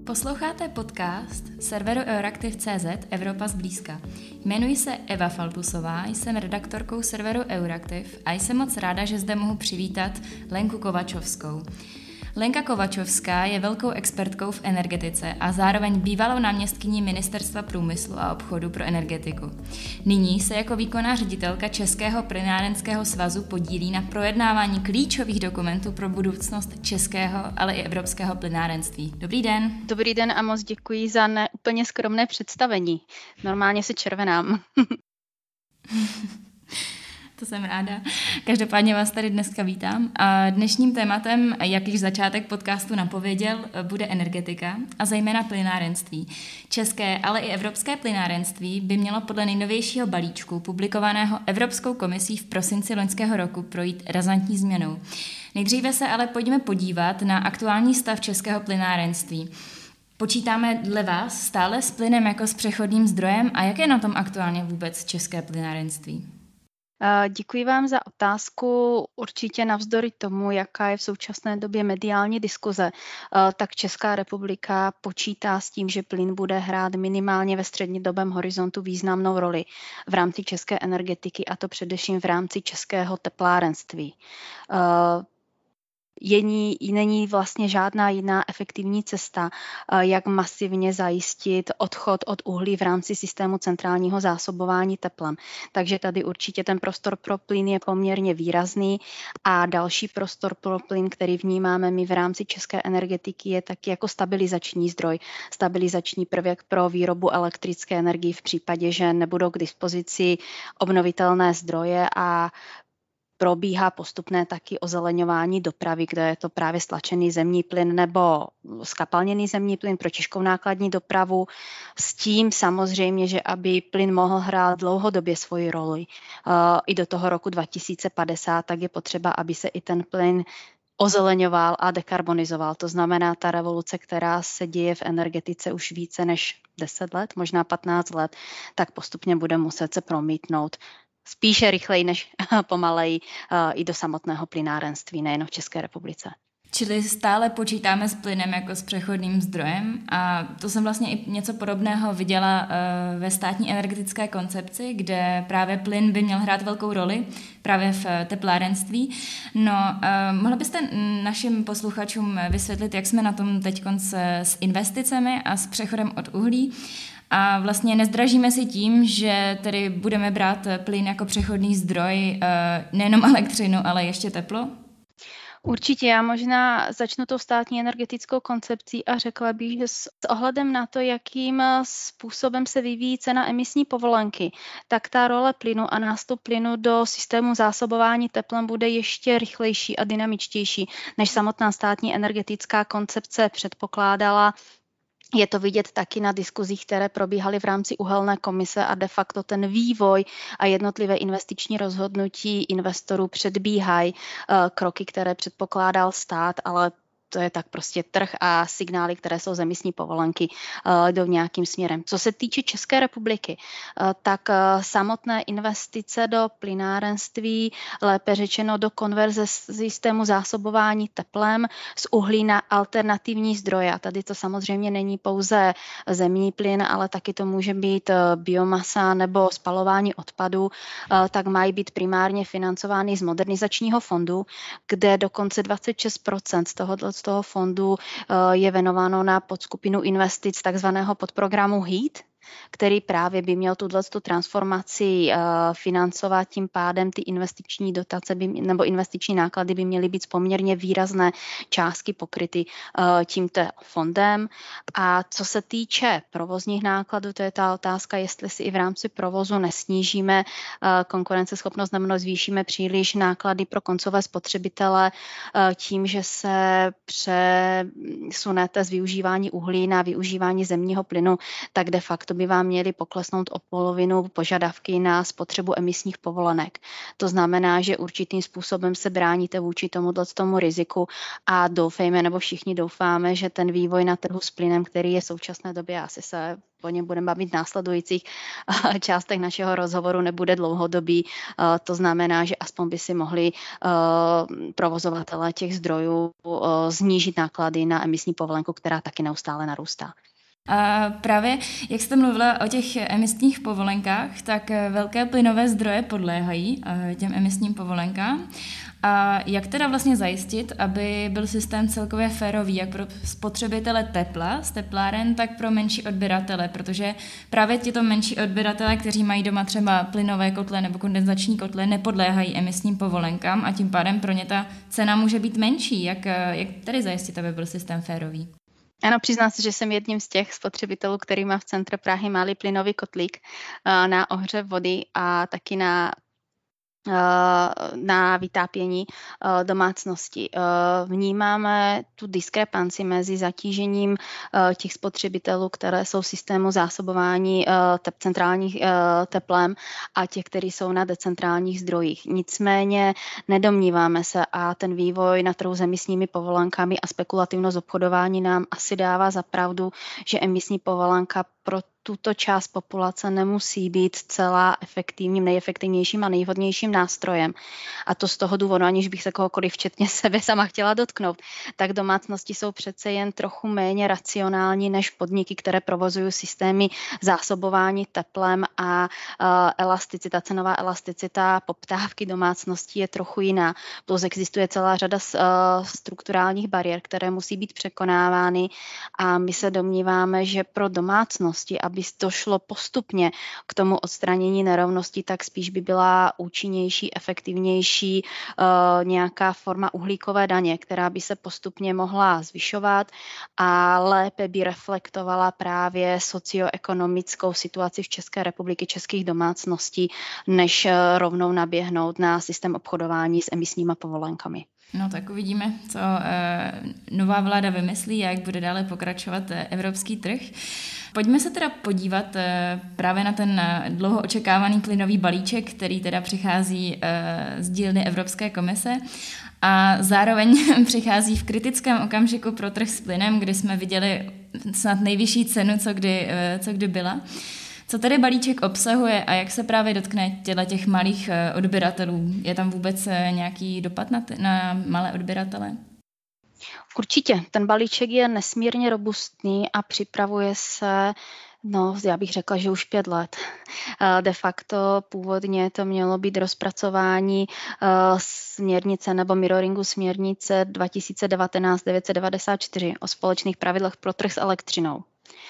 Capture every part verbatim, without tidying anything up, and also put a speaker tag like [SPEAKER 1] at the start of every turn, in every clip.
[SPEAKER 1] Posloucháte podcast serveru Euraktiv tečka cé zet Evropa zblízka. Jmenuji se Eva Faltusová, jsem redaktorkou serveru Euraktiv a jsem moc ráda, že zde mohu přivítat Lenku Kovačovskou. Lenka Kovačovská je velkou expertkou v energetice a zároveň bývalou náměstkyní Ministerstva průmyslu a obchodu pro energetiku. Nyní se jako výkonná ředitelka Českého plynárenského svazu podílí na projednávání klíčových dokumentů pro budoucnost českého, ale i evropského plynárenství. Dobrý den.
[SPEAKER 2] Dobrý den a moc děkuji za neúplně skromné představení. Normálně se červenám.
[SPEAKER 1] To jsem ráda. Každopádně vás tady dneska vítám. A dnešním tématem, jak již začátek podcastu napověděl, bude energetika a zejména plynárenství. České, ale i evropské plynárenství by mělo podle nejnovějšího balíčku, publikovaného Evropskou komisí v prosinci loňského roku, projít razantní změnou. Nejdříve se ale pojďme podívat na aktuální stav českého plynárenství. Počítáme dle vás stále s plynem jako s přechodným zdrojem a jak je na tom aktuálně vůbec české plynárenství?
[SPEAKER 2] Děkuji vám za otázku. Určitě navzdory tomu, jaká je v současné době mediální diskuze, tak Česká republika počítá s tím, že plyn bude hrát minimálně ve střednědobém horizontu významnou roli v rámci české energetiky, a to především v rámci českého teplárenství. Jení, není vlastně žádná jiná efektivní cesta, jak masivně zajistit odchod od uhlí v rámci systému centrálního zásobování teplem. Takže tady určitě ten prostor pro plyn je poměrně výrazný a další prostor pro plyn, který vnímáme my v rámci české energetiky, je taky jako stabilizační zdroj, stabilizační prvek pro výrobu elektrické energie v případě, že nebudou k dispozici obnovitelné zdroje a probíhá postupné taky ozeleňování dopravy, kde je to právě stlačený zemní plyn nebo skapalněný zemní plyn pro těžkou nákladní dopravu. S tím samozřejmě, že aby plyn mohl hrát dlouhodobě svoji roli uh, i do toho roku dva tisíce padesát, tak je potřeba, aby se i ten plyn ozeleňoval a dekarbonizoval. To znamená, ta revoluce, která se děje v energetice už více než deset let, možná patnáct let, tak postupně bude muset se promítnout spíše rychleji než pomaleji uh, i do samotného plynárenství, nejen v České republice.
[SPEAKER 1] Čili stále počítáme s plynem jako s přechodným zdrojem a to jsem vlastně i něco podobného viděla uh, ve státní energetické koncepci, kde právě plyn by měl hrát velkou roli právě v teplárenství. No, uh, mohla byste našim posluchačům vysvětlit, jak jsme na tom teď s, s investicemi a s přechodem od uhlí? A vlastně nezdražíme si tím, že tedy budeme brát plyn jako přechodný zdroj, nejenom elektřinu, ale ještě teplo?
[SPEAKER 2] Určitě, já možná začnu tou státní energetickou koncepcí a řekla bych, že s ohledem na to, jakým způsobem se vyvíjí cena emisní povolenky, tak ta role plynu a nástup plynu do systému zásobování teplem bude ještě rychlejší a dynamičtější, než samotná státní energetická koncepce předpokládala. Je to vidět taky na diskuzích, které probíhaly v rámci uhelné komise a de facto ten vývoj a jednotlivé investiční rozhodnutí investorů předbíhají kroky, které předpokládal stát, ale to je tak prostě trh a signály, které jsou z emisní povolenky, jdou nějakým směrem. Co se týče České republiky, tak samotné investice do plynárenství, lépe řečeno do konverze systému zásobování teplem z uhlí na alternativní zdroje. A tady to samozřejmě není pouze zemní plyn, ale taky to může být biomasa nebo spalování odpadu, tak mají být primárně financovány z modernizačního fondu, kde dokonce dvacet šest procent z toho z toho fondu je věnováno na podskupinu investic takzvaného podprogramu HEAT, který právě by měl tuto transformaci financovat, tím pádem ty investiční dotace by, nebo investiční náklady by měly být z poměrně výrazné částky pokryty tímto fondem. A co se týče provozních nákladů, to je ta otázka, jestli si i v rámci provozu nesnížíme konkurenceschopnost nebo zvýšíme příliš náklady pro koncové spotřebitele tím, že se přesunete z využívání uhlí na využívání zemního plynu, tak de facto by vám měly poklesnout o polovinu požadavky na spotřebu emisních povolenek. To znamená, že určitým způsobem se bráníte vůči tomuto tomu riziku a doufejme, nebo všichni doufáme, že ten vývoj na trhu s plynem, který je v současné době, asi se o něm budeme bavit v následujících částech našeho rozhovoru, nebude dlouhodobý. To znamená, že aspoň by si mohli provozovatelé těch zdrojů znížit náklady na emisní povolenku, která taky neustále narůstá.
[SPEAKER 1] A právě, jak jste mluvila o těch emisních povolenkách, tak velké plynové zdroje podléhají těm emisním povolenkám. A jak teda vlastně zajistit, aby byl systém celkově férový, jak pro spotřebitele tepla z tepláren, tak pro menší odběratele, protože právě tito menší odběratele, kteří mají doma třeba plynové kotle nebo kondenzační kotle, nepodléhají emisním povolenkám a tím pádem pro ně ta cena může být menší. Jak, jak tedy zajistit, aby byl systém férový?
[SPEAKER 2] Ano, přiznám se, že jsem jedním z těch spotřebitelů, který má v centru Prahy malý plynový kotlík na ohřev vody a taky na na vytápění domácnosti. Vnímáme tu diskrepanci mezi zatížením těch spotřebitelů, které jsou v systému zásobování centrálních teplem a těch, kteří jsou na decentrálních zdrojích. Nicméně nedomníváme se a ten vývoj na trhu s emisními povolenkami a spekulativnost obchodování nám asi dává za pravdu, že emisní povolenka pro tuto část populace nemusí být celá efektivním, nejefektivnějším a nejvhodnějším nástrojem. A to z toho důvodu, aniž bych se kohokoliv včetně sebe sama chtěla dotknout, tak domácnosti jsou přece jen trochu méně racionální než podniky, které provozují systémy zásobování teplem a uh, elasticita, cenová elasticita poptávky domácností je trochu jiná. Plus existuje celá řada uh, strukturálních bariér, které musí být překonávány a my se domníváme, že pro domácnosti, aby došlo postupně k tomu odstranění nerovnosti, tak spíš by byla účinnější, efektivnější uh, nějaká forma uhlíkové daně, která by se postupně mohla zvyšovat a lépe by reflektovala právě socioekonomickou situaci v České republiky, českých domácností, než uh, rovnou naběhnout na systém obchodování s emisníma povolenkami.
[SPEAKER 1] No tak uvidíme, co e, nová vláda vymyslí a jak bude dále pokračovat e, evropský trh. Pojďme se teda podívat e, právě na ten dlouho očekávaný plynový balíček, který teda přichází e, z dílny Evropské komise a zároveň přichází v kritickém okamžiku pro trh s plynem, kdy jsme viděli snad nejvyšší cenu, co kdy, e, co kdy byla. Co tedy balíček obsahuje a jak se právě dotkne těch malých odběratelů? Je tam vůbec nějaký dopad na, t- na malé odběratele?
[SPEAKER 2] Určitě. Ten balíček je nesmírně robustní a připravuje se, no já bych řekla, že už pět let. De facto původně to mělo být rozpracování směrnice nebo mirroringu směrnice dva tisíce devatenáct devět set devadesát čtyři o společných pravidlech pro trh s elektřinou.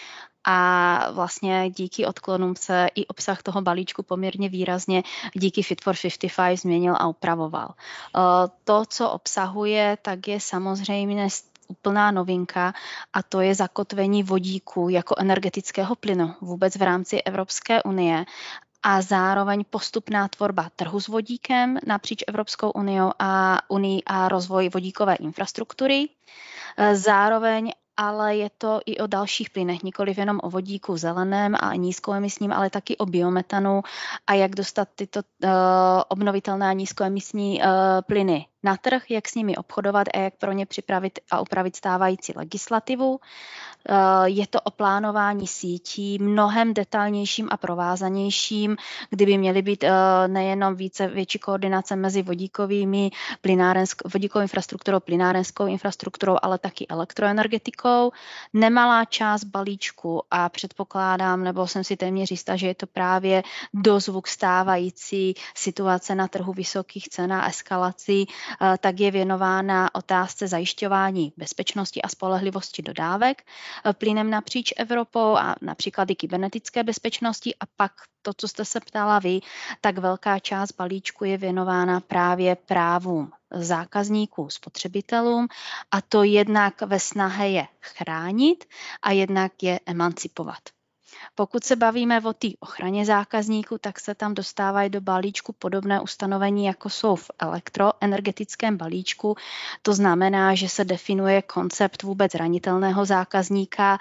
[SPEAKER 2] A vlastně díky odklonům se i obsah toho balíčku poměrně výrazně díky Fit for padesát pět změnil a upravoval. To, co obsahuje, tak je samozřejmě úplná novinka a to je zakotvení vodíku jako energetického plynu vůbec v rámci Evropské unie a zároveň postupná tvorba trhu s vodíkem napříč Evropskou uniou a unii a rozvoj vodíkové infrastruktury. Zároveň ale je to i o dalších plynech, nikoliv jenom o vodíku zeleném a nízkoemisním, ale taky o biometanu a jak dostat tyto uh, obnovitelné a nízkoemisní uh, plyny na trh, jak s nimi obchodovat a jak pro ně připravit a upravit stávající legislativu. Je to o plánování sítí mnohem detailnějším a provázanějším, kdyby měly být nejenom více větší koordinace mezi vodíkovými vodíkovou infrastrukturou, plynárenskou infrastrukturou, ale taky elektroenergetikou. Nemalá část balíčku a předpokládám, nebo jsem si téměř jistá, že je to právě dozvuk stávající situace na trhu vysokých cen a eskalací, tak je věnována otázce zajišťování bezpečnosti a spolehlivosti dodávek plynem napříč Evropou a například i kybernetické bezpečnosti a pak to, co jste se ptala vy, tak velká část balíčku je věnována právě právům zákazníků, spotřebitelům a to jednak ve snahe je chránit a jednak je emancipovat. Pokud se bavíme o té ochraně zákazníků, tak se tam dostávají do balíčku podobné ustanovení, jako jsou v elektroenergetickém balíčku. To znamená, že se definuje koncept vůbec zranitelného zákazníka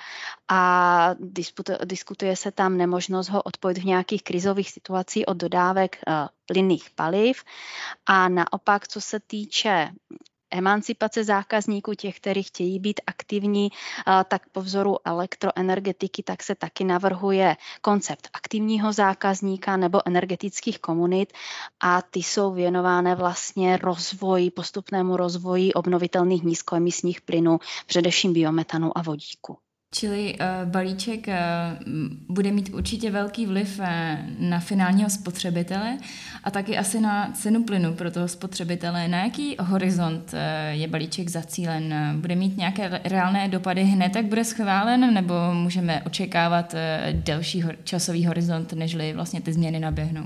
[SPEAKER 2] a diskutuje se tam nemožnost ho odpojit v nějakých krizových situacích od dodávek plynných paliv. A naopak, co se týče emancipace zákazníků, těch, kteří chtějí být aktivní, tak po vzoru elektroenergetiky tak se taky navrhuje koncept aktivního zákazníka nebo energetických komunit a ty jsou věnované vlastně rozvoji, postupnému rozvoji obnovitelných nízkoemisních plynů, především biometanu a vodíku.
[SPEAKER 1] Čili uh, balíček uh, bude mít určitě velký vliv uh, na finálního spotřebitele a taky asi na cenu plynu pro toho spotřebitele. Na jaký horizont uh, je balíček zacílen? Bude mít nějaké reálné dopady hned, tak bude schválen, nebo můžeme očekávat uh, delší ho- časový horizont, nežli vlastně ty změny naběhnou?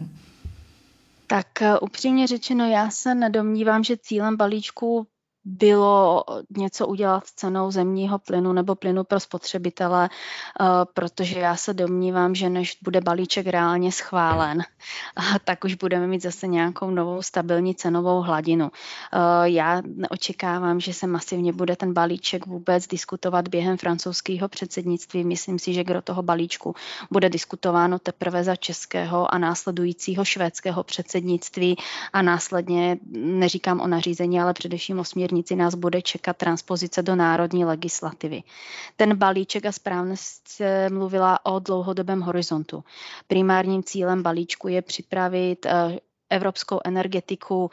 [SPEAKER 2] Tak uh, upřímně řečeno, já se nedomnívám, že cílem balíčku bylo něco udělat s cenou zemního plynu nebo plynu pro spotřebitele, protože já se domnívám, že než bude balíček reálně schválen, tak už budeme mít zase nějakou novou stabilní cenovou hladinu. Já neočekávám, že se masivně bude ten balíček vůbec diskutovat během francouzského předsednictví. Myslím si, že kdo toho balíčku bude diskutováno teprve za českého a následujícího švédského předsednictví a následně, neříkám o nařízení, ale především o směrnici, nás bude čekat transpozice do národní legislativy. Ten balíček, a správně jste mluvila o dlouhodobém horizontu. Primárním cílem balíčku je připravit evropskou energetiku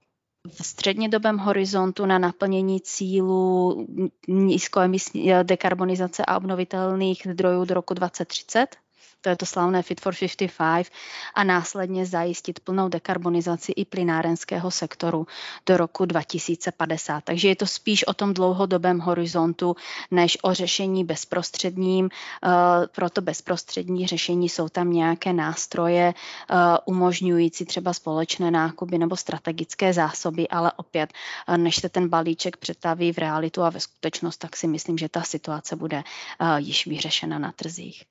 [SPEAKER 2] v střednědobém horizontu na naplnění cílů nízkoemisní dekarbonizace a obnovitelných zdrojů do roku dvacet třicet. To je to slavné Fit for padesát pět, a následně zajistit plnou dekarbonizaci i plynárenského sektoru do roku dva tisíce padesát. Takže je to spíš o tom dlouhodobém horizontu, než o řešení bezprostředním. Pro to bezprostřední řešení jsou tam nějaké nástroje umožňující třeba společné nákupy nebo strategické zásoby, ale opět, než se ten balíček přetaví v realitu a ve skutečnost, tak si myslím, že ta situace bude již vyřešena na trzích.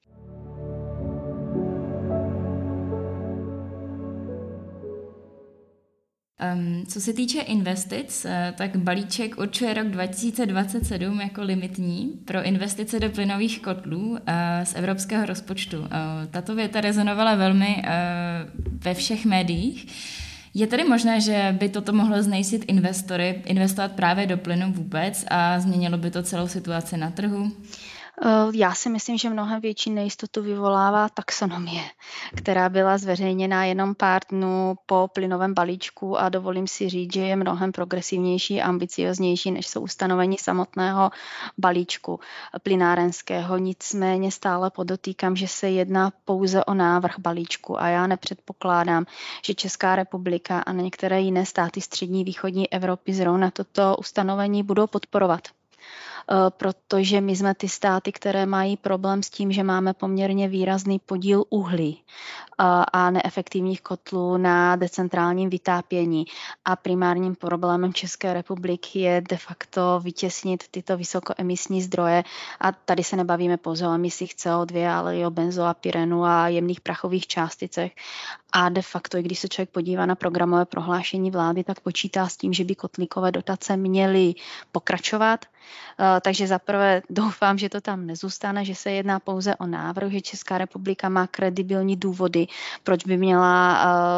[SPEAKER 1] Um, co se týče investic, tak balíček určuje rok dva tisíce dvacet sedm jako limitní pro investice do plynových kotlů uh, z evropského rozpočtu. Uh, tato věta rezonovala velmi uh, ve všech médiích. Je tedy možné, že by toto mohlo znejistit investory, investovat právě do plynu vůbec a změnilo by to celou situaci na trhu?
[SPEAKER 2] Já si myslím, že mnohem větší nejistotu vyvolává taxonomie, která byla zveřejněna jenom pár dnů po plynovém balíčku a dovolím si říct, že je mnohem progresivnější a ambicioznější, než jsou ustanovení samotného balíčku plynárenského. Nicméně stále podotýkám, že se jedná pouze o návrh balíčku a já nepředpokládám, že Česká republika a některé jiné státy střední východní Evropy zrovna toto ustanovení budou podporovat. Protože my jsme ty státy, které mají problém s tím, že máme poměrně výrazný podíl uhlí a neefektivních kotlů na decentrálním vytápění. A primárním problémem České republiky je de facto vytěsnit tyto vysokoemisní zdroje. A tady se nebavíme pouze o emisích C O dva, ale i o benzoapyrenu a jemných prachových částicech. A de facto, i když se člověk podívá na programové prohlášení vlády, tak počítá s tím, že by kotlíkové dotace měly pokračovat. Takže zaprvé doufám, že to tam nezůstane, že se jedná pouze o návrh, že Česká republika má kredibilní důvody, proč by měla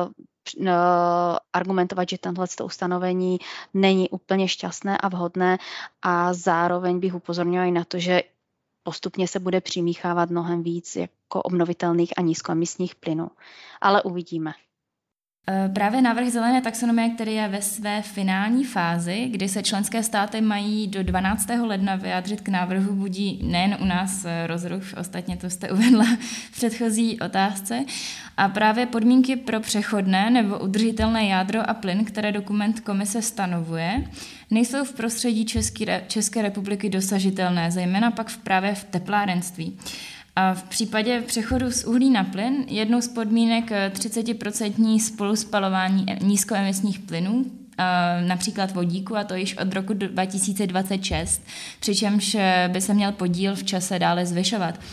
[SPEAKER 2] argumentovat, že tenhle ustanovení není úplně šťastné a vhodné, a zároveň bych upozornila i na to, že postupně se bude přimíchávat mnohem víc jako obnovitelných a nízkoemisních plynů. Ale uvidíme.
[SPEAKER 1] Právě návrh zelené taxonomie, který je ve své finální fázi, kdy se členské státy mají do dvanáctého ledna vyjádřit k návrhu, budí nejen u nás rozruch, ostatně to jste uvedla v předchozí otázce. A právě podmínky pro přechodné nebo udržitelné jádro a plyn, které dokument komise stanovuje, nejsou v prostředí České, České republiky dosažitelné, zejména pak v právě v teplárenství. A v případě přechodu z uhlí na plyn jednou z podmínek třicet procent spoluspalování nízkoemisních plynů, například vodíku, a to již od roku dva tisíce dvacet šest, přičemž by se měl podíl v čase dále zvyšovat.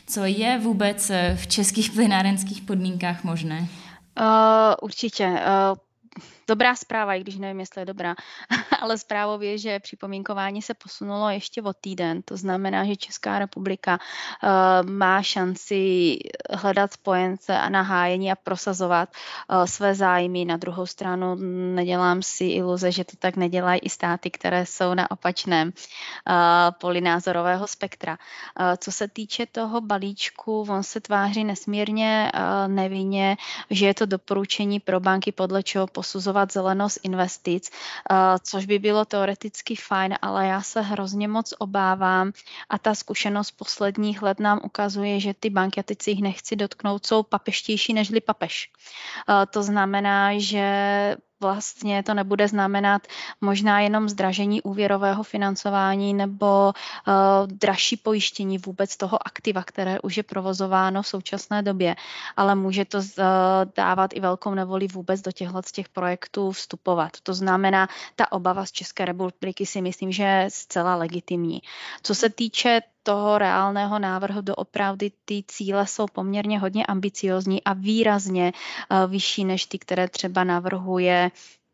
[SPEAKER 1] Co je vůbec v českých plynárenských podmínkách možné?
[SPEAKER 2] Uh, určitě. Uh, Dobrá zpráva, i když nevím, jestli je dobrá, ale zprávou je, že připomínkování se posunulo ještě o týden. To znamená, že Česká republika uh, má šanci hledat spojence a nahájení a prosazovat uh, své zájmy. Na druhou stranu nedělám si iluze, že to tak nedělají i státy, které jsou na opačném uh, poli názorového spektra. Uh, co se týče toho balíčku, on se tváří nesmírně uh, nevinně, že je to doporučení pro banky, podle čeho posuzovat zelenost investic, což by bylo teoreticky fajn, ale já se hrozně moc obávám a ta zkušenost posledních let nám ukazuje, že ty banky, a teď si jich nechci dotknout, jsou papeštější nežli papež. To znamená, že vlastně to nebude znamenat možná jenom zdražení úvěrového financování nebo uh, dražší pojištění vůbec toho aktiva, které už je provozováno v současné době, ale může to uh, dávat i velkou nevoli vůbec do těchto z těch projektů vstupovat. To znamená, ta obava z České republiky si myslím, že je zcela legitimní. Co se týče toho reálného návrhu, doopravdy ty cíle jsou poměrně hodně ambiciózní a výrazně uh, vyšší než ty, které třeba navrhuje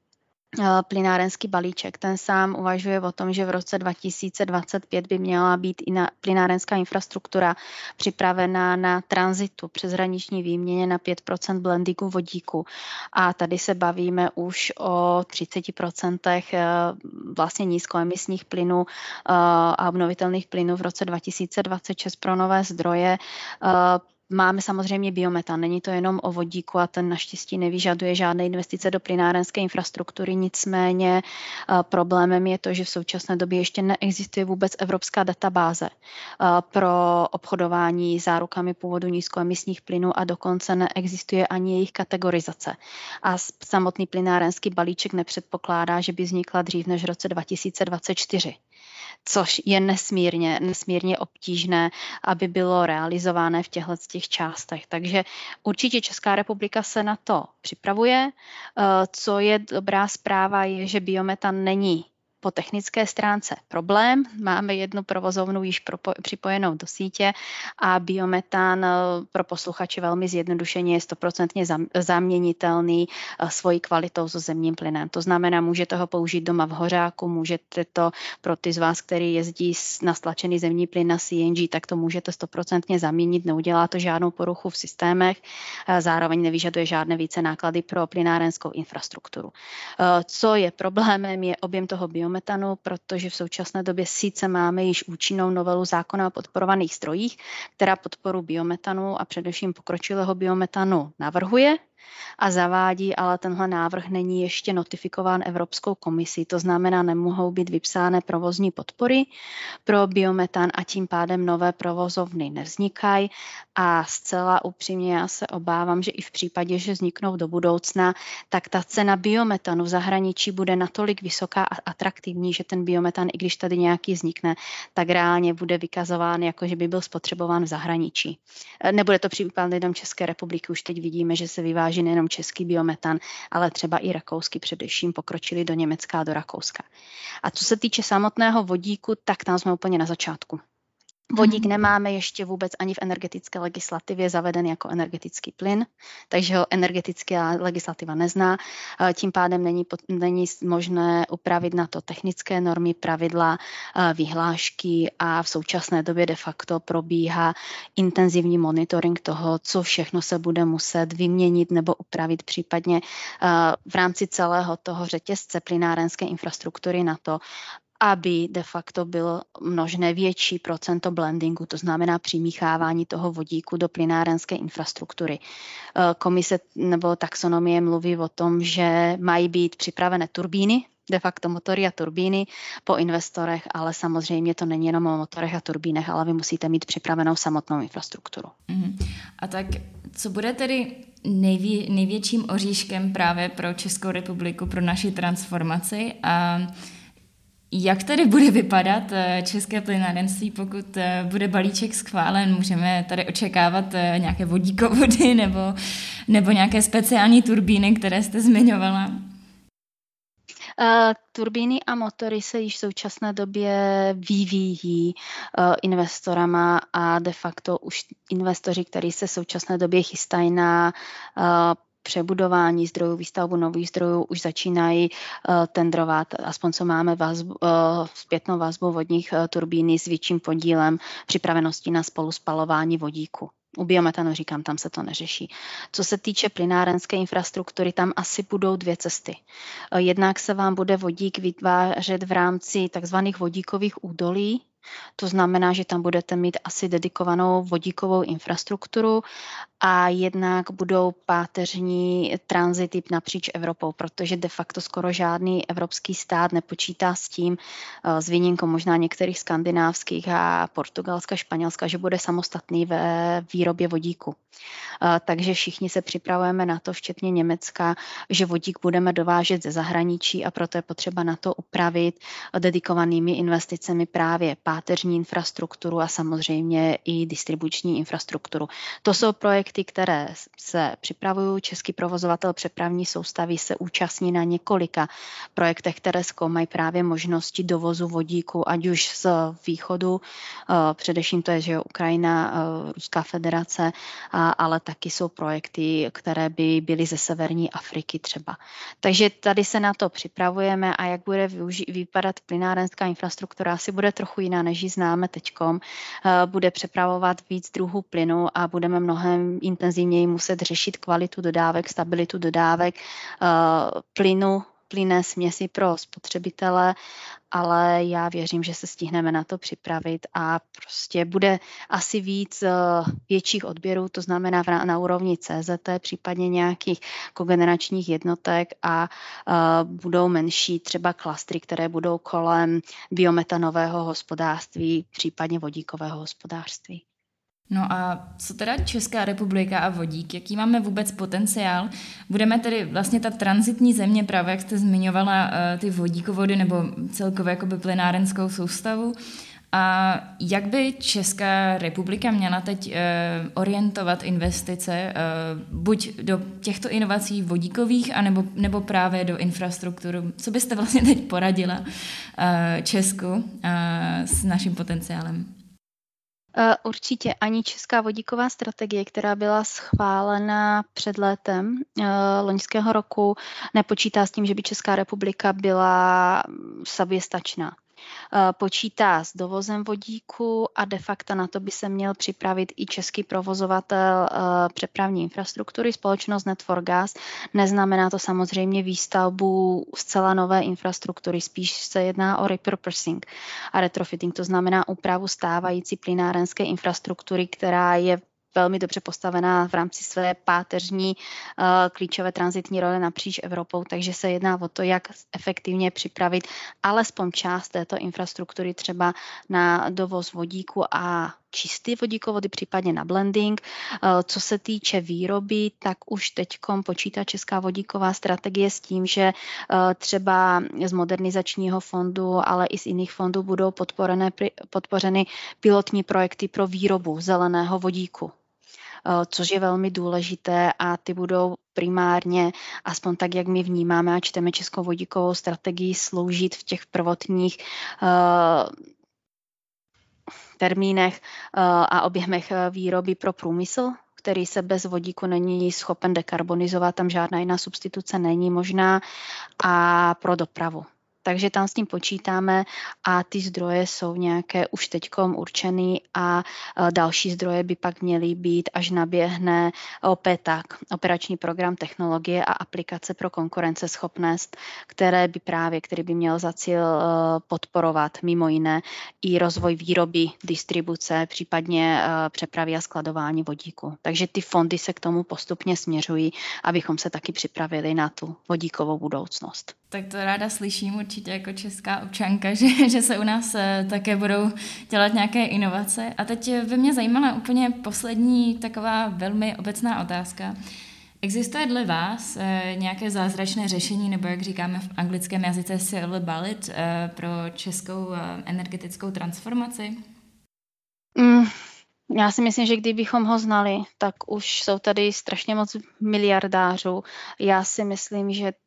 [SPEAKER 2] plynárenský balíček. Ten sám uvažuje o tom, že v roce dva tisíce dvacet pět by měla být i na plynárenská infrastruktura připravená na tranzitu přeshraniční výměně na pět procent blendingu vodíku. A tady se bavíme už o třicet procent vlastně nízkoemisních plynů a obnovitelných plynů v roce dva tisíce dvacet šest pro nové zdroje. Máme samozřejmě biometan, není to jenom o vodíku a ten naštěstí nevyžaduje žádné investice do plynárenské infrastruktury, nicméně problémem je to, že v současné době ještě neexistuje vůbec evropská databáze pro obchodování zárukami původu nízkoemisních plynů a dokonce neexistuje ani jejich kategorizace. A samotný plynárenský balíček nepředpokládá, že by vznikla dřív než v roce dva tisíce dvacet čtyři. Což je nesmírně, nesmírně obtížné, aby bylo realizované v těchto těch částech. Takže určitě Česká republika se na to připravuje. Co je dobrá zpráva, je, že biometan není po technické stránce problém. Máme jednu provozovnu již propo- připojenou do sítě a biometan pro posluchače velmi zjednodušeně je stoprocentně zaměnitelný svojí kvalitou so zemním plynem. To znamená, můžete ho použít doma v hořáku, můžete to pro ty z vás, který jezdí na stlačený zemní plyn na C N G, tak to můžete stoprocentně zaměnit, neudělá to žádnou poruchu v systémech, zároveň nevyžaduje žádné více náklady pro plynárenskou infrastrukturu. Co je problémem, je objem toho biometanu, protože v současné době sice máme již účinnou novelu zákona o podporovaných zdrojích, která podporu biometanu a především pokročilého biometanu navrhuje a zavádí, ale tenhle návrh není ještě notifikován Evropskou komisí. To znamená, nemohou být vypsány provozní podpory pro biometan a tím pádem nové provozovny nevznikají. A zcela upřímně já se obávám, že i v případě, že vzniknou do budoucna, tak ta cena biometanu v zahraničí bude natolik vysoká a atraktivní, že ten biometan, i když tady nějaký vznikne, tak reálně bude vykazován, jako že by byl spotřebován v zahraničí. Nebude to případ jenom České republiky, už teď vidíme, že se vyváží nejenom český biometan, ale třeba i rakouský, především pokročili do Německa a do Rakouska. A co se týče samotného vodíku, tak tam jsme úplně na začátku. Vodík nemáme ještě vůbec ani v energetické legislativě zaveden jako energetický plyn, takže ho energetická legislativa nezná. Tím pádem není, není možné upravit na to technické normy, pravidla, vyhlášky a v současné době de facto probíhá intenzivní monitoring toho, co všechno se bude muset vyměnit nebo upravit případně v rámci celého toho řetězce plynárenské infrastruktury na to, aby de facto bylo množné větší procento blendingu, to znamená přimíchávání toho vodíku do plynárenské infrastruktury. Komise nebo taxonomie mluví o tom, že mají být připravené turbíny, de facto motory a turbíny po investorech, ale samozřejmě to není jenom o motorech a turbínech, ale vy musíte mít připravenou samotnou infrastrukturu.
[SPEAKER 1] Uh-huh. A tak co bude tedy nejvě- největším oříškem právě pro Českou republiku, pro naši transformaci a jak tedy bude vypadat české plynárenství, pokud bude balíček schválen? Můžeme tady očekávat nějaké vodíkovody nebo, nebo nějaké speciální turbíny, které jste zmiňovala?
[SPEAKER 2] Uh, turbíny a motory se již v současné době vyvíjí uh, investorama a de facto už investoři, kteří se v současné době chystají na uh, přebudování zdrojů, výstavbu nových zdrojů, už začínají uh, tendrovat, aspoň co máme vazbu, uh, zpětnou vazbu vodních uh, turbíny s větším podílem připravenosti na spoluspalování vodíku. U biometanu říkám, tam se to neřeší. Co se týče plynárenské infrastruktury, tam asi budou dvě cesty. Jednak se vám bude vodík vytvářet v rámci takzvaných vodíkových údolí. To znamená, že tam budete mít asi dedikovanou vodíkovou infrastrukturu a jednak budou páteřní tranzity napříč Evropou, protože de facto skoro žádný evropský stát nepočítá s tím, s výjimkou možná některých skandinávských a Portugalska, Španělska, že bude samostatný ve výrobě vodíku. Takže všichni se připravujeme na to, včetně Německa, že vodík budeme dovážet ze zahraničí a proto je potřeba na to upravit dedikovanými investicemi právě páteřní infrastrukturu a samozřejmě i distribuční infrastrukturu. To jsou projekty, které se připravují. Český provozovatel přepravní soustavy se účastní na několika projektech, které zkoumají právě možnosti dovozu vodíku, ať už z východu, především to je, že Ukrajina, Ruská federace, ale taky jsou projekty, které by byly ze severní Afriky třeba. Takže tady se na to připravujeme a jak bude využi- vypadat plynárenská infrastruktura, asi bude trochu jiná, než ji známe teďkom. Bude přepravovat víc druhů plynu a budeme mnohem intenzivněji muset řešit kvalitu dodávek, stabilitu dodávek plynu, plynné směsi pro spotřebitele, ale já věřím, že se stihneme na to připravit a prostě bude asi víc větších odběrů, to znamená na úrovni C Z T, případně nějakých kogeneračních jednotek a budou menší třeba klastry, které budou kolem biometanového hospodářství, případně vodíkového hospodářství.
[SPEAKER 1] No a co teda Česká republika a vodík? Jaký máme vůbec potenciál? Budeme tedy vlastně ta tranzitní země, právě jak jste zmiňovala ty vodíkovody nebo celkově jakoby plynárenskou soustavu. A jak by Česká republika měla teď orientovat investice buď do těchto inovací vodíkových, anebo, nebo právě do infrastruktury? Co byste vlastně teď poradila Česku s naším potenciálem?
[SPEAKER 2] Určitě ani Česká vodíková strategie, která byla schválena před létem loňského roku, nepočítá s tím, že by Česká republika byla soběstačná. Počítá s dovozem vodíku a de facto na to by se měl připravit i český provozovatel přepravní infrastruktury, společnost Net for Gas. Neznamená to samozřejmě výstavbu zcela nové infrastruktury, spíš se jedná o repurposing a retrofitting, to znamená úpravu stávající plynárenské infrastruktury, která je velmi dobře postavená v rámci své páteřní uh, klíčové tranzitní role napříč Evropou, takže se jedná o to, jak efektivně připravit alespoň část této infrastruktury třeba na dovoz vodíku a čistý vodíkovody, případně na blending. Uh, co se týče výroby, tak už teďkom počítá Česká vodíková strategie s tím, že uh, třeba z modernizačního fondu, ale i z jiných fondů budou podporené, podpořeny pilotní projekty pro výrobu zeleného vodíku, což je velmi důležité a ty budou primárně, aspoň tak, jak my vnímáme a čteme Českou vodíkovou strategii, sloužit v těch prvotních uh, termínech uh, a objemech výroby pro průmysl, který se bez vodíku není schopen dekarbonizovat, tam žádná jiná substituce není možná, a pro dopravu. Takže tam s tím počítáme a ty zdroje jsou nějaké už teďkom určený a další zdroje by pak měly být, až naběhne O P T A C, operační program technologie a aplikace pro konkurenceschopnost, které by právě, který by měl za cíl podporovat mimo jiné i rozvoj výroby, distribuce, případně přepravy a skladování vodíku. Takže ty fondy se k tomu postupně směřují, abychom se taky připravili na tu vodíkovou budoucnost.
[SPEAKER 1] Tak to ráda slyším určitě jako česká občanka, že, že se u nás také budou dělat nějaké inovace. A teď by mě zajímala úplně poslední taková velmi obecná otázka. Existuje dle vás nějaké zázračné řešení, nebo jak říkáme v anglickém jazyce silver bullet, pro českou energetickou transformaci?
[SPEAKER 2] Mm. Já si myslím, že kdybychom ho znali, tak už jsou tady strašně moc miliardářů. Já si myslím, že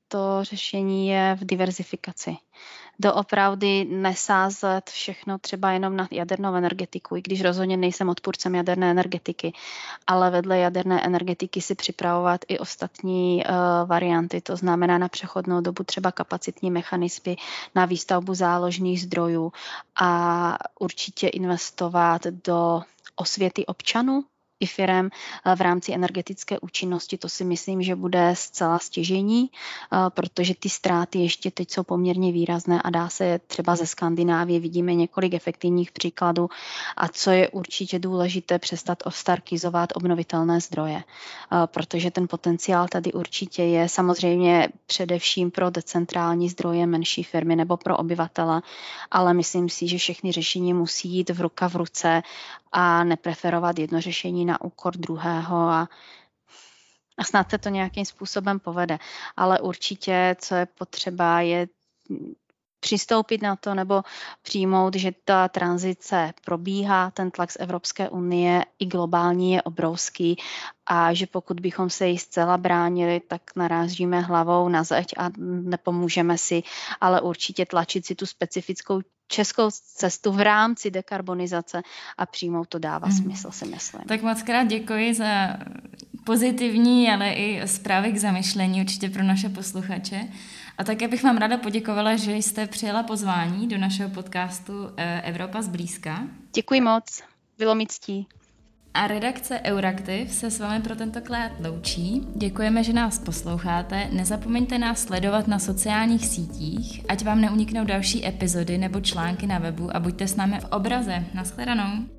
[SPEAKER 2] to řešení je v diverzifikaci. Doopravdy nesázet všechno třeba jenom na jadernou energetiku, i když rozhodně nejsem odpůrcem jaderné energetiky, ale vedle jaderné energetiky si připravovat i ostatní uh, varianty, to znamená na přechodnou dobu třeba kapacitní mechanismy na výstavbu záložných zdrojů a určitě investovat do osvěty občanů i firem v rámci energetické účinnosti. To si myslím, že bude zcela stěžení, protože ty ztráty ještě teď jsou poměrně výrazné a dá se třeba ze Skandinávie, vidíme několik efektivních příkladů a co je určitě důležité, přestat ostarkizovat obnovitelné zdroje, protože ten potenciál tady určitě je samozřejmě především pro decentrální zdroje, menší firmy nebo pro obyvatele, ale myslím si, že všechny řešení musí jít v ruka v ruce a nepreferovat jedno řešení na úkor druhého a, a snad se to nějakým způsobem povede. Ale určitě, co je potřeba, je přistoupit na to nebo přijmout, že ta tranzice probíhá, ten tlak z Evropské unie i globální je obrovský a že pokud bychom se jí zcela bránili, tak narážíme hlavou na zeď a nepomůžeme si, ale určitě tlačit si tu specifickou českou cestu v rámci dekarbonizace a přijmout to dává mm. smysl, si myslím.
[SPEAKER 1] Tak moc krát děkuji za pozitivní, ale i zprávy k zamyšlení určitě pro naše posluchače. A také bych vám ráda poděkovala, že jste přijela pozvání do našeho podcastu Evropa zblízka.
[SPEAKER 2] Děkuji moc, bylo mi ctí.
[SPEAKER 1] A redakce Euraktiv se s vámi pro tentokrát loučí. Děkujeme, že nás posloucháte. Nezapomeňte nás sledovat na sociálních sítích, ať vám neuniknou další epizody nebo články na webu a buďte s námi v obraze. Naschledanou.